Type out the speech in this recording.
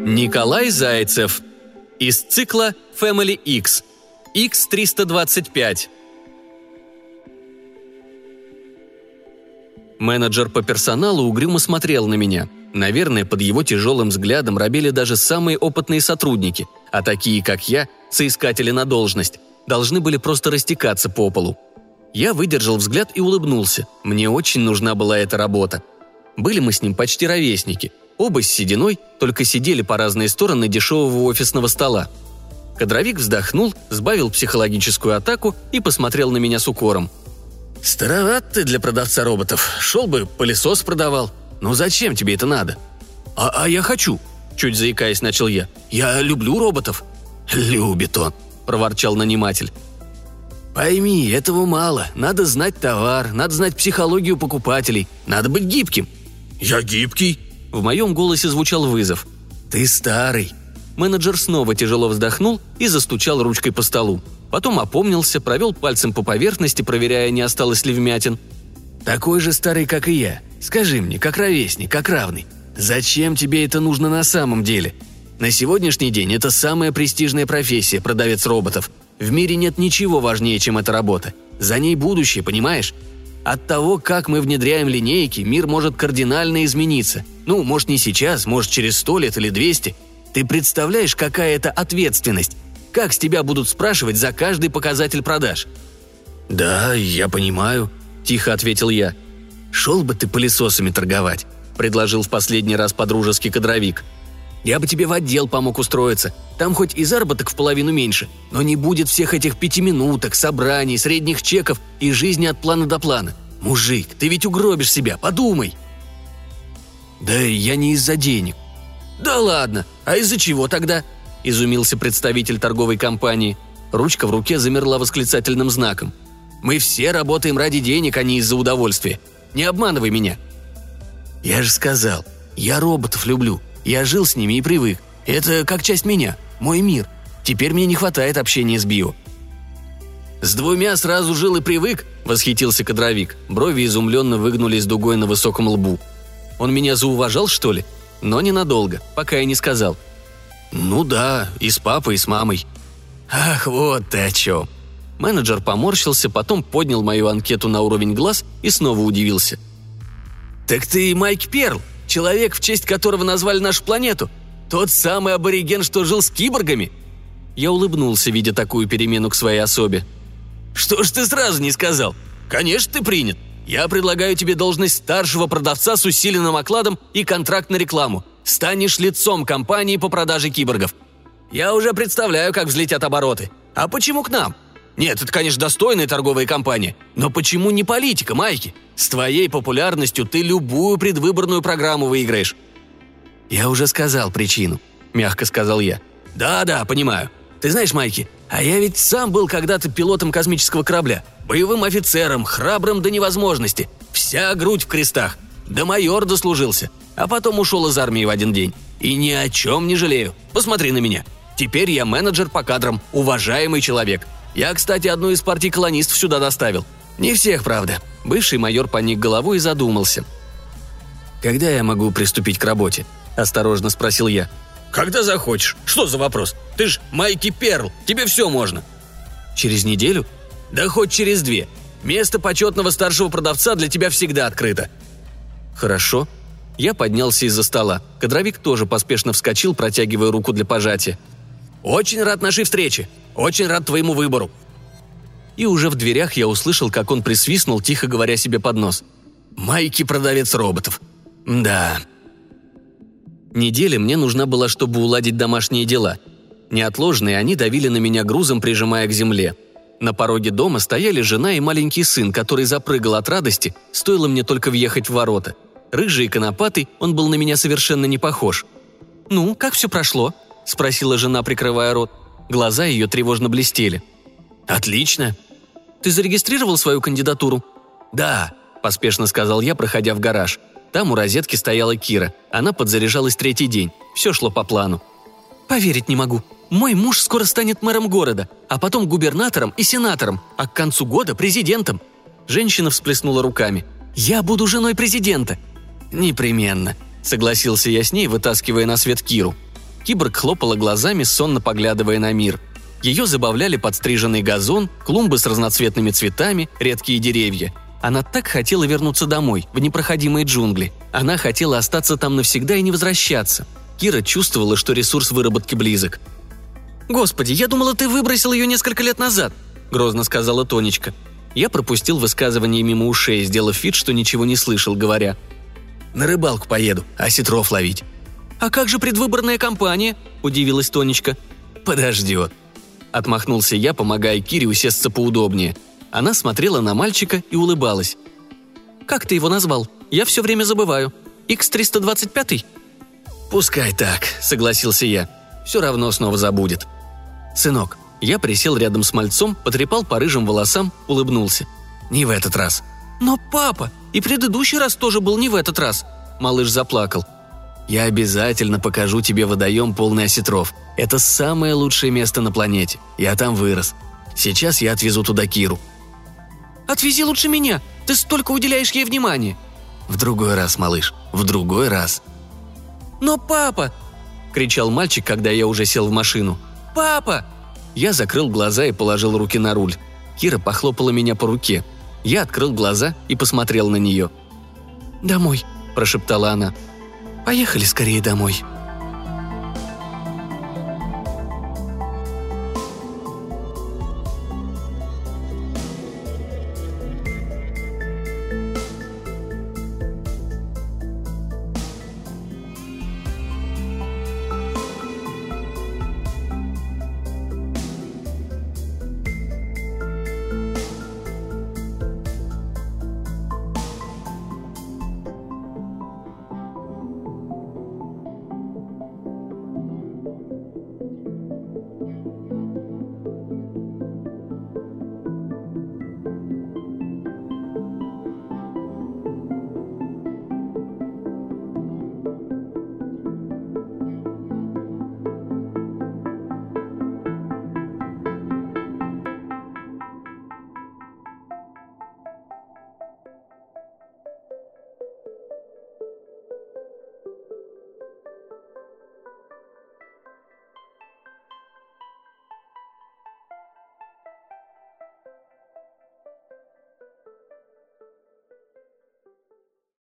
Николай Зайцев. Из цикла Family X. X325. Менеджер по персоналу угрюмо смотрел на меня. Наверное, под его тяжелым взглядом робели даже самые опытные сотрудники, а такие, как я, соискатели на должность, должны были просто растекаться по полу. Я выдержал взгляд и улыбнулся. Мне очень нужна была эта работа. Были мы с ним почти ровесники. Оба с сединой, только сидели по разные стороны дешевого офисного стола. Кадровик вздохнул, сбавил психологическую атаку и посмотрел на меня с укором. «Староват ты для продавца роботов. Шел бы, пылесос продавал. Ну зачем тебе это надо?» «А я хочу», – чуть заикаясь начал я. «Я люблю роботов». «Любит он», – проворчал наниматель. «Пойми, этого мало. Надо знать товар, надо знать психологию покупателей, надо быть гибким». «Я гибкий», – в моем голосе звучал вызов. «Ты старый». Менеджер снова тяжело вздохнул и застучал ручкой по столу. Потом опомнился, провел пальцем по поверхности, проверяя, не осталось ли вмятин. «Такой же старый, как и я. Скажи мне, как ровесник, как равный, зачем тебе это нужно на самом деле? На сегодняшний день это самая престижная профессия – продавец роботов. В мире нет ничего важнее, чем эта работа. За ней будущее, понимаешь? От того, как мы внедряем линейки, мир может кардинально измениться. Ну, может, не сейчас, может, через 100 лет или 200. Ты представляешь, какая это ответственность? Как с тебя будут спрашивать за каждый показатель продаж?» «Да, я понимаю», – тихо ответил я. «Шел бы ты пылесосами торговать», – предложил в последний раз подружеский кадровик. «Я бы тебе в отдел помог устроиться. Там хоть и заработок в половину меньше, но не будет всех этих 5-минуток, собраний, средних чеков и жизни от плана до плана. Мужик, ты ведь угробишь себя, подумай!» «Да я не из-за денег». «Да ладно, а из-за чего тогда?» – изумился представитель торговой компании. Ручка в руке замерла восклицательным знаком. «Мы все работаем ради денег, а не из-за удовольствия. Не обманывай меня». «Я же сказал, я роботов люблю. Я жил с ними и привык. Это как часть меня, мой мир. Теперь мне не хватает общения с био». «С двумя сразу жил и привык?» – восхитился кадровик. Брови изумленно выгнулись дугой на высоком лбу. «Он меня зауважал, что ли?» Но ненадолго, пока я не сказал. «Ну да, и с папой, и с мамой». «Ах, вот ты о чем». Менеджер поморщился, потом поднял мою анкету на уровень глаз и снова удивился. «Так ты Майк Перл, человек, в честь которого назвали нашу планету? Тот самый абориген, что жил с киборгами?» Я улыбнулся, видя такую перемену к своей особе. «Что ж ты сразу не сказал? Конечно, ты принят. Я предлагаю тебе должность старшего продавца с усиленным окладом и контракт на рекламу. Станешь лицом компании по продаже киборгов. Я уже представляю, как взлетят обороты. А почему к нам? Нет, это, конечно, достойная торговая компания. Но почему не политика, Майки? С твоей популярностью ты любую предвыборную программу выиграешь». «Я уже сказал причину», – мягко сказал я. «Да, понимаю. Ты знаешь, Майки, а я ведь сам был когда-то пилотом космического корабля, боевым офицером, храбрым до невозможности. Вся грудь в крестах. До майор дослужился. А потом ушел из армии в один день. И ни о чем не жалею. Посмотри на меня. Теперь я менеджер по кадрам, уважаемый человек. Я, кстати, одну из партий колонистов сюда доставил. Не всех, правда». Бывший майор поник головой и задумался. «Когда я могу приступить к работе?» – осторожно спросил я. «Когда захочешь. Что за вопрос? Ты ж Майки Перл, тебе все можно». «Через неделю?» «Да хоть через 2. Место почетного старшего продавца для тебя всегда открыто». «Хорошо». Я поднялся из-за стола. Кадровик тоже поспешно вскочил, протягивая руку для пожатия. «Очень рад нашей встрече. Очень рад твоему выбору». И уже в дверях я услышал, как он присвистнул, тихо говоря себе под нос. «Майки продавец роботов. Да». Неделя мне нужна была, чтобы уладить домашние дела. Неотложные они давили на меня грузом, прижимая к земле. На пороге дома стояли жена и маленький сын, который запрыгал от радости, стоило мне только въехать в ворота. Рыжий и конопатый, он был на меня совершенно не похож. «Ну, как все прошло?» – спросила жена, прикрывая рот. Глаза ее тревожно блестели. «Отлично!» «Ты зарегистрировал свою кандидатуру?» «Да», – поспешно сказал я, проходя в гараж. Там у розетки стояла Кира. Она подзаряжалась 3-й день. Все шло по плану. «Поверить не могу. Мой муж скоро станет мэром города, а потом губернатором и сенатором, а к концу года президентом». Женщина всплеснула руками. «Я буду женой президента». «Непременно», – согласился я с ней, вытаскивая на свет Киру. Киборг хлопала глазами, сонно поглядывая на мир. Ее забавляли подстриженный газон, клумбы с разноцветными цветами, редкие деревья. Она так хотела вернуться домой, в непроходимые джунгли. Она хотела остаться там навсегда и не возвращаться. Кира чувствовала, что ресурс выработки близок. «Господи, я думала, ты выбросил ее несколько лет назад», – грозно сказала Тонечка. Я пропустил высказывание мимо ушей, сделав вид, что ничего не слышал, говоря: «На рыбалку поеду, осетров ловить». «А как же предвыборная кампания?» – удивилась Тонечка. «Подождет», – отмахнулся я, помогая Кире усесться поудобнее. Она смотрела на мальчика и улыбалась. «Как ты его назвал? Я все время забываю. X325?» «Пускай так», – согласился я. «Все равно снова забудет». «Сынок». Я присел рядом с мальцом, потрепал по рыжим волосам, улыбнулся. «Не в этот раз». «Но папа, и предыдущий раз тоже был не в этот раз». Малыш заплакал. «Я обязательно покажу тебе водоем, полный осетров. Это самое лучшее место на планете. Я там вырос. Сейчас я отвезу туда Киру». «Отвези лучше меня. Ты столько уделяешь ей внимания». «В другой раз, малыш, в другой раз». «Но папа!» – кричал мальчик, когда я уже сел в машину. «Папа!» Я закрыл глаза и положил руки на руль. Кира похлопала меня по руке. Я открыл глаза и посмотрел на нее. «Домой», – прошептала она. «Поехали скорее домой».